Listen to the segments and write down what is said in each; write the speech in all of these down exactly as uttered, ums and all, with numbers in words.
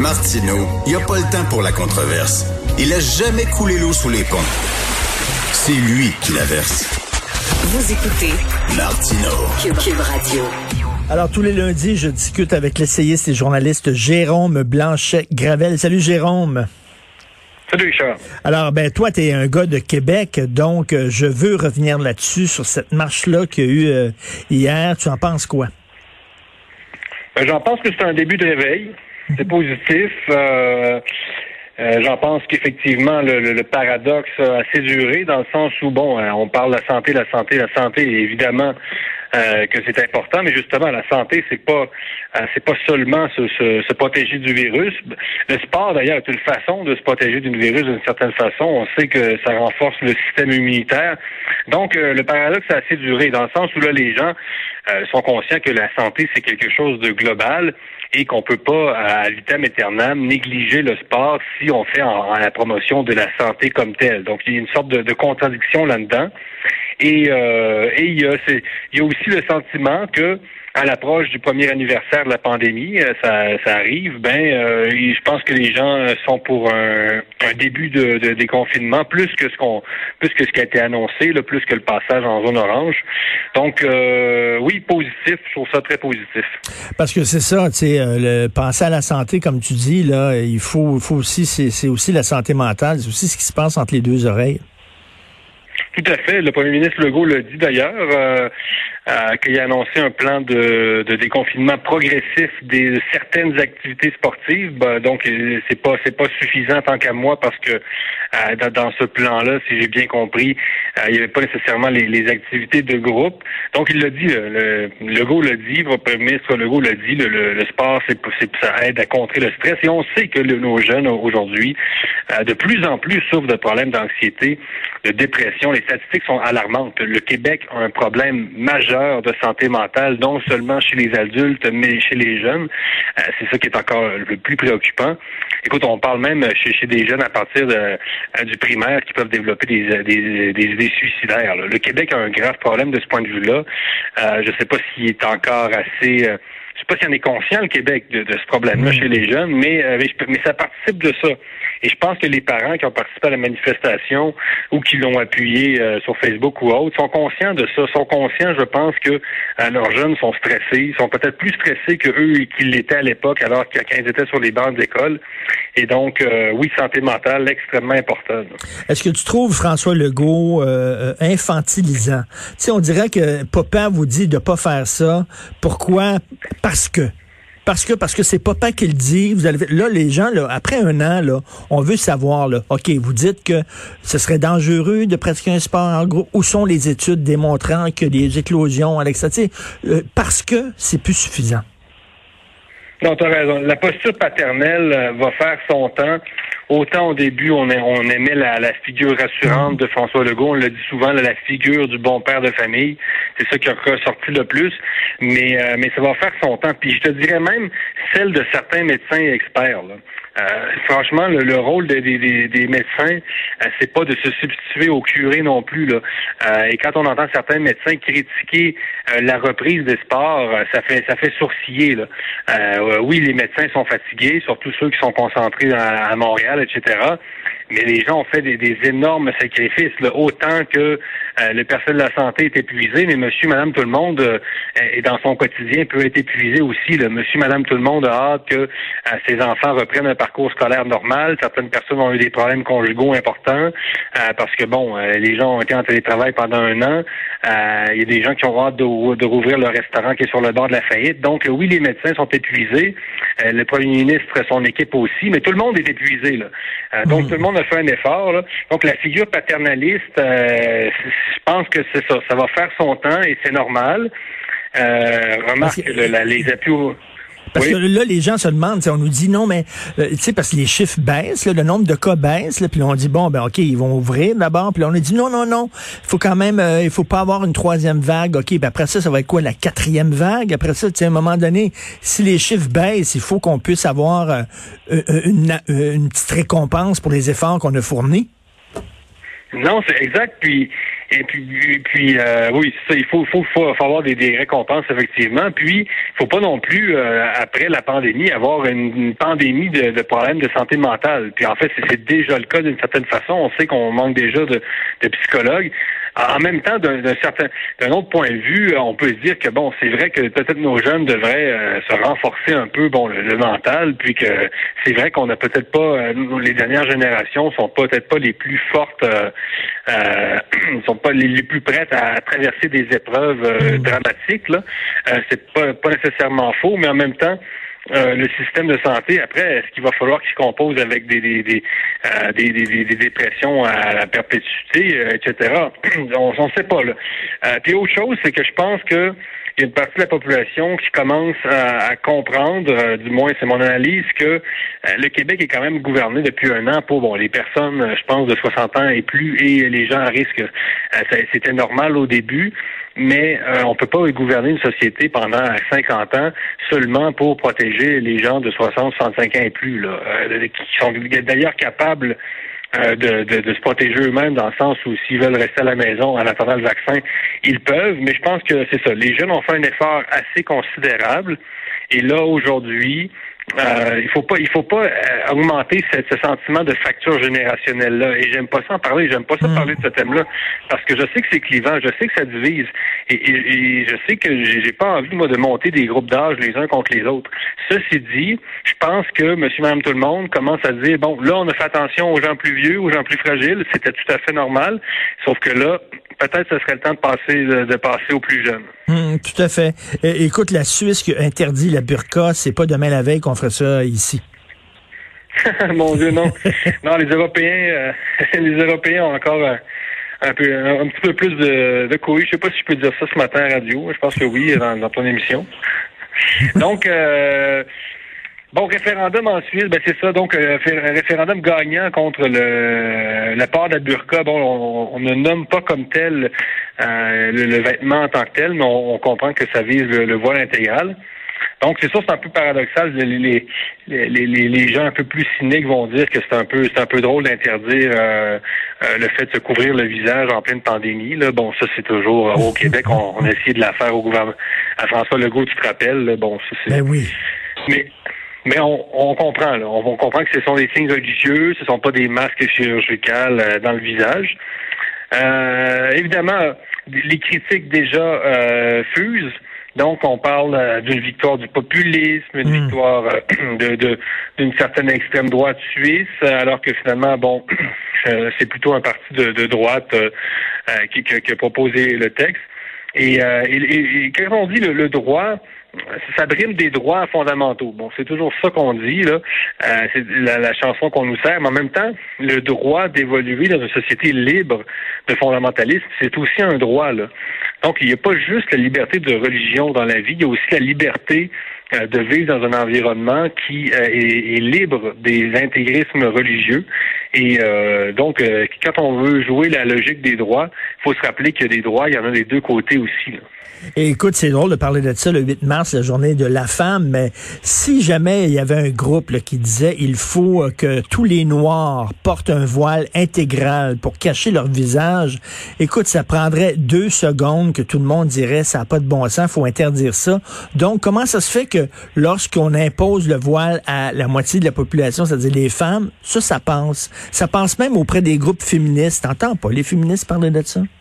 Martineau, il n'y a pas le temps pour la controverse. Il a jamais coulé l'eau sous les ponts. C'est lui qui la verse. Vous écoutez Martineau. Cube, Cube Radio. Alors, tous les lundis, je discute avec l'essayiste et journaliste Jérôme Blanchet-Gravel. Salut, Jérôme. Salut, Richard. Alors, ben, toi, t'es un gars de Québec, donc euh, je veux revenir là-dessus, sur cette marche-là qu'il y a eu euh, hier. Tu en penses quoi? Ben, j'en pense que c'est un début de réveil. C'est positif. Euh, euh, j'en pense qu'effectivement, le, le, le paradoxe a assez duré, dans le sens où, bon, euh, on parle de la santé, la santé, la santé, et évidemment euh, que c'est important, mais justement, la santé, c'est pas euh, c'est pas seulement se, se, se protéger du virus. Le sport, d'ailleurs, est une façon de se protéger du virus d'une certaine façon. On sait que ça renforce le système immunitaire. Donc, euh, le paradoxe a assez duré, dans le sens où là, les gens euh, sont conscients que la santé, c'est quelque chose de global, et qu'on peut pas, à vitam aeternam, négliger le sport si on fait en, en la promotion de la santé comme telle. Donc, il y a une sorte de, de contradiction là-dedans. Et, euh, et il y a, c'est, il y a aussi le sentiment que, à l'approche du premier anniversaire de la pandémie, ça, ça arrive, ben, euh, je pense que les gens sont pour un, un début de, de déconfinement, plus que ce qu'on, plus que ce qui a été annoncé, là, plus que le passage en zone orange. Donc, euh, oui, positif, je trouve ça très positif. Parce que c'est ça, tu sais, euh, le penser à la santé, comme tu dis, là, il faut, il faut aussi, c'est, c'est aussi la santé mentale, c'est aussi ce qui se passe entre les deux oreilles. Tout à fait. Le premier ministre Legault l'a dit d'ailleurs, euh, euh, qu'il a annoncé un plan de, de déconfinement progressif des certaines activités sportives. Ben, donc, c'est pas c'est pas suffisant tant qu'à moi parce que euh, dans, dans ce plan-là, si j'ai bien compris, euh, il n'y avait pas nécessairement les, les activités de groupe. Donc, il l'a dit. Le, le Legault l'a dit. Le premier ministre Legault l'a dit. Le, le, le sport, c'est, c'est ça aide à contrer le stress. Et on sait que le, nos jeunes aujourd'hui, euh, de plus en plus souffrent de problèmes d'anxiété, de dépression. Les statistiques sont alarmantes. Le Québec a un problème majeur de santé mentale, non seulement chez les adultes, mais chez les jeunes. Euh, c'est ça qui est encore le plus préoccupant. Écoute, on parle même chez, chez des jeunes à partir de, euh, du primaire qui peuvent développer des, des, des idées suicidaires. Là. Le Québec a un grave problème de ce point de vue-là. Euh, je ne sais pas s'il est encore assez... Euh, je sais pas s'il en est conscient, le Québec, de, de ce problème-là chez les jeunes, mais, euh, mais ça participe de ça. Et je pense que les parents qui ont participé à la manifestation ou qui l'ont appuyé euh, sur Facebook ou autre sont conscients de ça, sont conscients, je pense, que euh, leurs jeunes sont stressés, sont peut-être plus stressés que eux qu'ils l'étaient à l'époque, alors qu'ils étaient sur les bancs d'école. Et donc, euh, oui, santé mentale, extrêmement importante. Est-ce que tu trouves François Legault euh, infantilisant? Tu sais, on dirait que papa vous dit de pas faire ça. Pourquoi? Parce que. Parce que parce que c'est papa qui le dit. Vous allez, là, les gens, là, après un an, là, on veut savoir, là, OK, vous dites que ce serait dangereux de pratiquer un sport en groupe. Où sont les études démontrant que les éclosions, Alexa, tu sais, euh, parce que c'est plus suffisant. Non, tu as raison. La posture paternelle euh, va faire son temps. Autant au début, on, a, on aimait la, la figure rassurante de François Legault. On l'a dit souvent, là, la figure du bon père de famille. C'est ça qui a ressorti le plus. Mais, euh, mais ça va faire son temps. Puis je te dirais même celle de certains médecins et experts. Là. Euh, franchement, le, le rôle des, des, des médecins, euh, c'est pas de se substituer au curé non plus. Là. Euh, et quand on entend certains médecins critiquer euh, la reprise des sports, euh, ça fait ça fait sourciller. Là. Euh, oui, les médecins sont fatigués, surtout ceux qui sont concentrés à, à Montréal, et cetera. Mais les gens ont fait des, des énormes sacrifices, là, autant que euh, le personnel de la santé est épuisé, mais monsieur, madame, tout le monde, euh, et dans son quotidien, peut être épuisé aussi. Là. Monsieur, madame, tout le monde a hâte que euh, ses enfants reprennent un parcours scolaire normal. Certaines personnes ont eu des problèmes conjugaux importants euh, parce que, bon, euh, les gens ont été en télétravail pendant un an. Euh, il y a des gens qui ont hâte de, de rouvrir leur restaurant qui est sur le bord de la faillite. Donc, oui, les médecins sont épuisés. Euh, le premier ministre, son équipe aussi, mais tout le monde est épuisé. Là. Euh, donc, mmh. tout le monde a fait un effort. Là. Donc, la figure paternaliste, euh, je pense que c'est ça. Ça va faire son temps et c'est normal. Euh, remarque que le, la, les appuis... Parce oui. que là, les gens se demandent, on nous dit non, mais euh, tu sais, parce que les chiffres baissent, là, le nombre de cas baisse, là, puis on dit bon, ben ok, ils vont ouvrir d'abord, puis on a dit non, non, non, il faut quand même, euh, il faut pas avoir une troisième vague, ok, ben après ça, ça va être quoi, la quatrième vague? Après ça, tu sais, à un moment donné, si les chiffres baissent, il faut qu'on puisse avoir euh, une, une petite récompense pour les efforts qu'on a fournis. Non, c'est exact. Puis Et puis, et puis euh, oui, ça, il faut, faut, faut, faut avoir des, des récompenses, effectivement. Puis, il faut pas non plus, euh, après la pandémie, avoir une, une pandémie de, de problèmes de santé mentale. Puis, en fait, c'est, c'est déjà le cas d'une certaine façon. On sait qu'on manque déjà de, de psychologues. En même temps, d'un, d'un certain, d'un autre point de vue, on peut se dire que bon, c'est vrai que peut-être nos jeunes devraient euh, se renforcer un peu, bon, le, le mental, puis que c'est vrai qu'on n'a peut-être pas, euh, les dernières générations sont peut-être pas les plus fortes, euh, euh, sont pas les, les plus prêtes à traverser des épreuves euh, dramatiques. Là, euh, c'est pas pas nécessairement faux, mais en même temps. Euh, le système de santé, après, est-ce qu'il va falloir qu'il se compose avec des des des, euh, des, des, des, des dépressions à la perpétuité, euh, et cetera. On ne sait pas, là. Euh, puis autre chose, c'est que je pense que il y a une partie de la population qui commence à, à comprendre, euh, du moins c'est mon analyse, que euh, le Québec est quand même gouverné depuis un an pour bon les personnes, euh, je pense, de soixante ans et plus, et les gens à risque. Euh, ça, c'était normal au début, mais euh, on peut pas gouverner une société pendant cinquante ans seulement pour protéger les gens de soixante, soixante-cinq ans et plus, là, euh, qui sont d'ailleurs capables Euh, de, de, de se protéger eux-mêmes dans le sens où s'ils veulent rester à la maison en attendant le vaccin, ils peuvent, mais je pense que c'est ça. Les jeunes ont fait un effort assez considérable et là, aujourd'hui, euh, il faut pas il faut pas euh, augmenter ce, ce sentiment de fracture générationnelle-là. Et j'aime pas ça en parler, j'aime pas ça mmh. parler de ce thème-là, parce que je sais que c'est clivant, je sais que ça divise, et, et, et je sais que j'ai, j'ai pas envie, moi, de monter des groupes d'âge les uns contre les autres. Ceci dit, je pense que monsieur, madame, tout le monde commence à dire, bon, là, on a fait attention aux gens plus vieux, aux gens plus fragiles, c'était tout à fait normal, sauf que là, peut-être ce serait le temps de passer de, de passer aux plus jeunes. Hum, tout à fait. É- écoute, la Suisse qui interdit la burqa, c'est pas demain la veille qu'on ferait ça ici. Mon Dieu, non. Non, les Européens, euh, les Européens ont encore un, un peu, un, un petit peu plus de, de couilles. Je sais pas si je peux dire ça ce matin à la radio. Je pense que oui, dans, dans ton émission. Donc, euh, bon, référendum en Suisse, ben c'est ça. Donc, euh, un référendum gagnant contre le, le port de la burqa. Bon, on, on ne nomme pas comme tel euh, le, le vêtement en tant que tel, mais on, on comprend que ça vise le, le voile intégral. Donc, c'est ça, c'est un peu paradoxal. Les, les, les, les, les gens un peu plus cyniques vont dire que c'est un peu c'est un peu drôle d'interdire euh, euh, le fait de se couvrir le visage en pleine pandémie. Là. Bon, ça, c'est toujours euh, au Québec, on, on a essayé de la faire au gouvernement. À François Legault, tu te rappelles. Là, bon, ça, c'est... Ben oui. Mais... Mais on, on comprend, là. On, on comprend que ce sont des signes religieux, ce sont pas des masques chirurgicales euh, dans le visage. Euh, évidemment, les critiques déjà euh, fusent. Donc, on parle euh, d'une victoire du populisme, une mmh. victoire euh, de, de d'une certaine extrême droite suisse, alors que finalement, bon, euh, c'est plutôt un parti de, de droite euh, euh, qui, qui, qui a proposé le texte. Et, euh, et, et, et quand on dit le, le droit, ça brime des droits fondamentaux. Bon, c'est toujours ça qu'on dit, là. Euh, c'est la, la chanson qu'on nous sert, mais en même temps, le droit d'évoluer dans une société libre de fondamentalisme, c'est aussi un droit, là. Donc, il n'y a pas juste la liberté de religion dans la vie, il y a aussi la liberté euh, de vivre dans un environnement qui euh, est, est libre des intégrismes religieux. Et euh, donc, euh, quand on veut jouer la logique des droits, il faut se rappeler qu'il y a des droits, il y en a des deux côtés aussi, là. Et écoute, c'est drôle de parler de ça le huit mars, la journée de la femme, mais si jamais il y avait un groupe là, qui disait il faut que tous les Noirs portent un voile intégral pour cacher leur visage, écoute, ça prendrait deux secondes que tout le monde dirait ça n'a pas de bon sens, faut interdire ça. Donc, comment ça se fait que lorsqu'on impose le voile à la moitié de la population, c'est-à-dire les femmes, ça, ça passe. Ça passe même auprès des groupes féministes. T'entends pas les féministes parler de ça?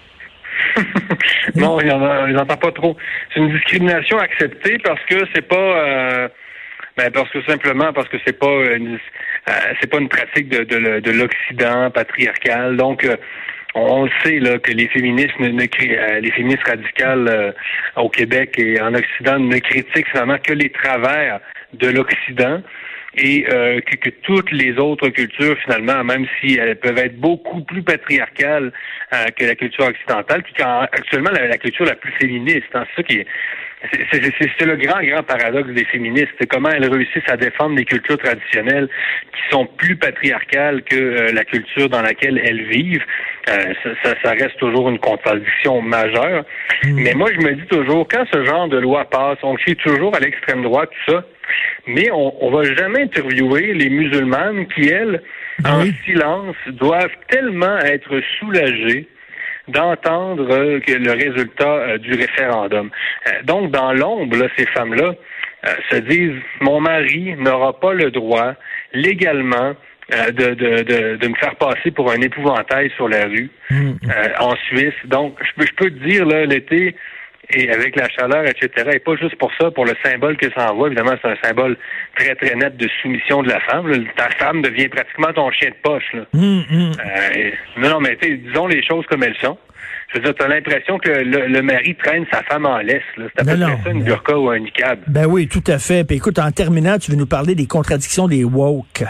Non, il en les entend pas trop. C'est une discrimination acceptée parce que c'est pas, euh, ben parce que simplement parce que c'est pas, une, euh, c'est pas une pratique de, de, de l'Occident patriarcal. Donc, euh, on le sait là que les féministes, ne, ne, euh, les féministes radicales euh, au Québec et en Occident ne critiquent finalement que les travers de l'Occident. Et euh, que, que toutes les autres cultures, finalement, même si elles peuvent être beaucoup plus patriarcales euh, que la culture occidentale, qui est actuellement la, la culture la plus féministe, hein, c'est ça qui est, c'est, c'est, c'est, c'est le grand, grand paradoxe des féministes. C'est comment elles réussissent à défendre des cultures traditionnelles qui sont plus patriarcales que euh, la culture dans laquelle elles vivent. Euh, ça, ça, ça reste toujours une contradiction majeure. Mmh. Mais moi, je me dis toujours, quand ce genre de loi passe, on crie toujours à l'extrême droite, tout ça, mais on, on va jamais interviewer les musulmanes qui, elles, en oui. silence, doivent tellement être soulagées d'entendre euh, que le résultat euh, du référendum. Euh, donc, dans l'ombre, là, ces femmes-là euh, se disent « Mon mari n'aura pas le droit, légalement, euh, de, de, de, de me faire passer pour un épouvantail sur la rue mmh. euh, en Suisse. » Donc, je peux, je peux te dire, là, l'été, et avec la chaleur, et cetera, et pas juste pour ça, pour le symbole que ça envoie. Évidemment, c'est un symbole très, très net de soumission de la femme. Là. Ta femme devient pratiquement ton chien de poche. Là. Mmh, mmh. Euh, et, non, non, mais disons les choses comme elles sont. Je veux dire, tu as l'impression que le, le mari traîne sa femme en laisse. Là. C'est à peu près ça, une burqa ou un niqab. Ben oui, tout à fait. Puis écoute, en terminant, tu veux nous parler des contradictions des woke.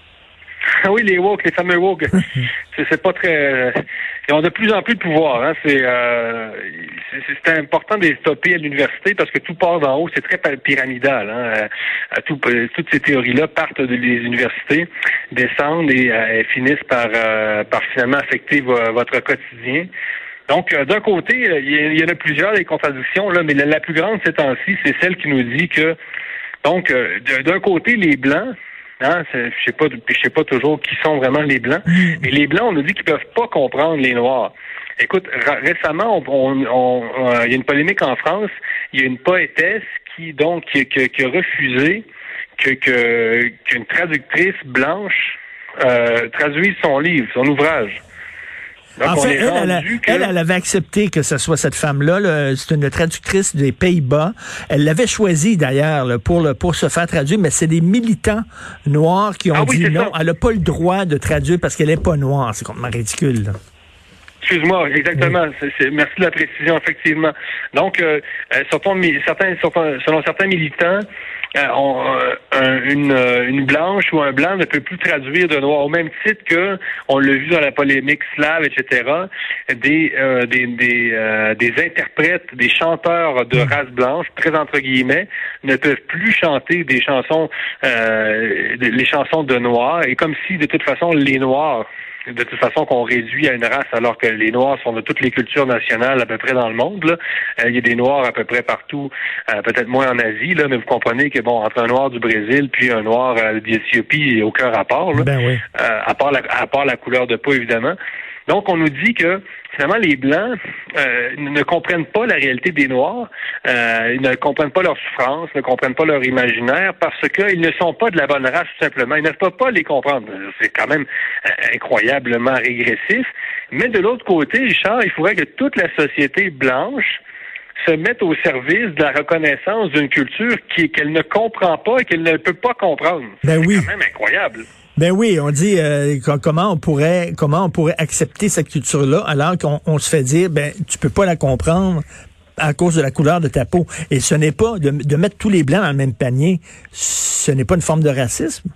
Oui, les woke, les fameux woke. c'est, c'est pas très... Ils ont de plus en plus de pouvoir. Hein. C'est, euh, c'est, c'est important de les stopper à l'université parce que tout part d'en haut. C'est très pyramidal. Hein. Tout, toutes ces théories-là partent des universités, descendent et euh, finissent par, euh, par finalement affecter vo- votre quotidien. Donc, euh, d'un côté, il y, y en a plusieurs, des contradictions, là, mais la, la plus grande ces temps-ci, c'est celle qui nous dit que, donc, euh, d'un côté, les Blancs, hein, je sais pas, je sais pas toujours qui sont vraiment les Blancs, mais les Blancs, on nous dit qu'ils peuvent pas comprendre les Noirs. Écoute, ra- récemment, on, on, on, euh, il y a une polémique en France, il y a une poétesse qui, donc, qui, qui, qui a refusé que, que, qu'une traductrice blanche euh, traduise son livre, son ouvrage. Donc, en fait, elle, elle, a, que... elle, elle avait accepté que ce soit cette femme-là. Là, c'est une traductrice des Pays-Bas. Elle l'avait choisie d'ailleurs là, pour, le, pour se faire traduire, mais c'est des militants noirs qui ont ah, dit oui, non, ça. Elle n'a pas le droit de traduire parce qu'elle n'est pas noire. C'est complètement ridicule. Là. Excuse-moi, exactement. Oui. C'est, c'est, merci de la précision, effectivement. Donc, euh, certains, certains, selon certains militants, euh, on, euh, une, une blanche ou un blanc ne peut plus traduire de noir, au même titre que, on l'a vu dans la polémique slave, et cetera, des, euh, des, des, euh, des interprètes, des chanteurs de race blanche, très entre guillemets, ne peuvent plus chanter des chansons, euh, les chansons de noirs, et comme si, de toute façon, les noirs, de toute façon qu'on réduit à une race alors que les Noirs sont de toutes les cultures nationales à peu près dans le monde. Là. Euh, il y a des Noirs à peu près partout, euh, peut-être moins en Asie, là, mais vous comprenez que bon, entre un Noir du Brésil puis un Noir euh, d'Éthiopie, il n'y a aucun rapport. Là. Ben oui. euh, à part la, à part la couleur de peau, évidemment. Donc, on nous dit que, finalement, les Blancs euh, ne comprennent pas la réalité des Noirs, euh, ils ne comprennent pas leur souffrance, ne comprennent pas leur imaginaire, parce qu'ils ne sont pas de la bonne race, tout simplement. Ils ne peuvent pas les comprendre. C'est quand même euh, incroyablement régressif. Mais de l'autre côté, Richard, il faudrait que toute la société blanche se mette au service de la reconnaissance d'une culture qui, qu'elle ne comprend pas et qu'elle ne peut pas comprendre. Ben oui. C'est quand même incroyable. Ben oui, on dit euh, comment on pourrait comment on pourrait accepter cette culture-là alors qu'on on se fait dire ben tu peux pas la comprendre à cause de la couleur de ta peau. Et ce n'est pas de, de mettre tous les blancs dans le même panier, ce n'est pas une forme de racisme.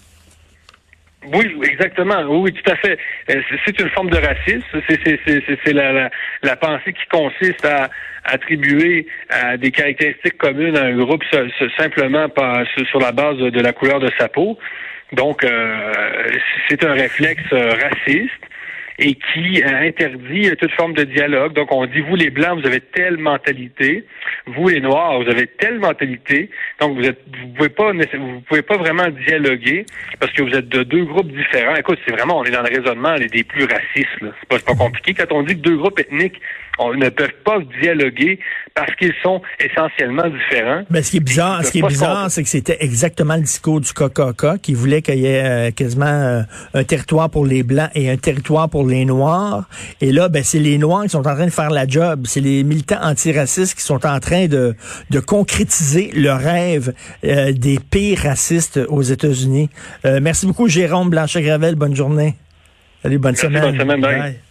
Oui, exactement. Oui, tout à fait. C'est une forme de racisme. C'est, c'est, c'est, c'est la, la, la pensée qui consiste à attribuer à des caractéristiques communes à un groupe simplement par, sur la base de la couleur de sa peau. Donc, euh, c'est un réflexe raciste et qui interdit toute forme de dialogue. Donc, on dit, vous les Blancs, vous avez telle mentalité. Vous les Noirs, vous avez telle mentalité. Donc, vous êtes, vous pouvez pas, vous pouvez pas vraiment dialoguer parce que vous êtes de deux groupes différents. Écoute, c'est vraiment, on est dans le raisonnement les des plus racistes, là. C'est pas, c'est pas compliqué. Quand on dit que deux groupes ethniques on ne peuvent pas dialoguer parce qu'ils sont essentiellement différents. Ben, ce qui est bizarre, ce qui est bizarre, c'est que c'était exactement le discours du K K K qui voulait qu'il y ait euh, quasiment euh, un territoire pour les Blancs et un territoire pour les Noirs. Et là, ben, c'est les Noirs qui sont en train de faire la job. C'est les militants antiracistes qui sont en train de, de concrétiser le rêve euh, des pires racistes aux États-Unis. Euh, merci beaucoup, Jérôme Blanchet-Gravel. Bonne journée. Salut, bonne merci, semaine. Bonne semaine, bye. Bye.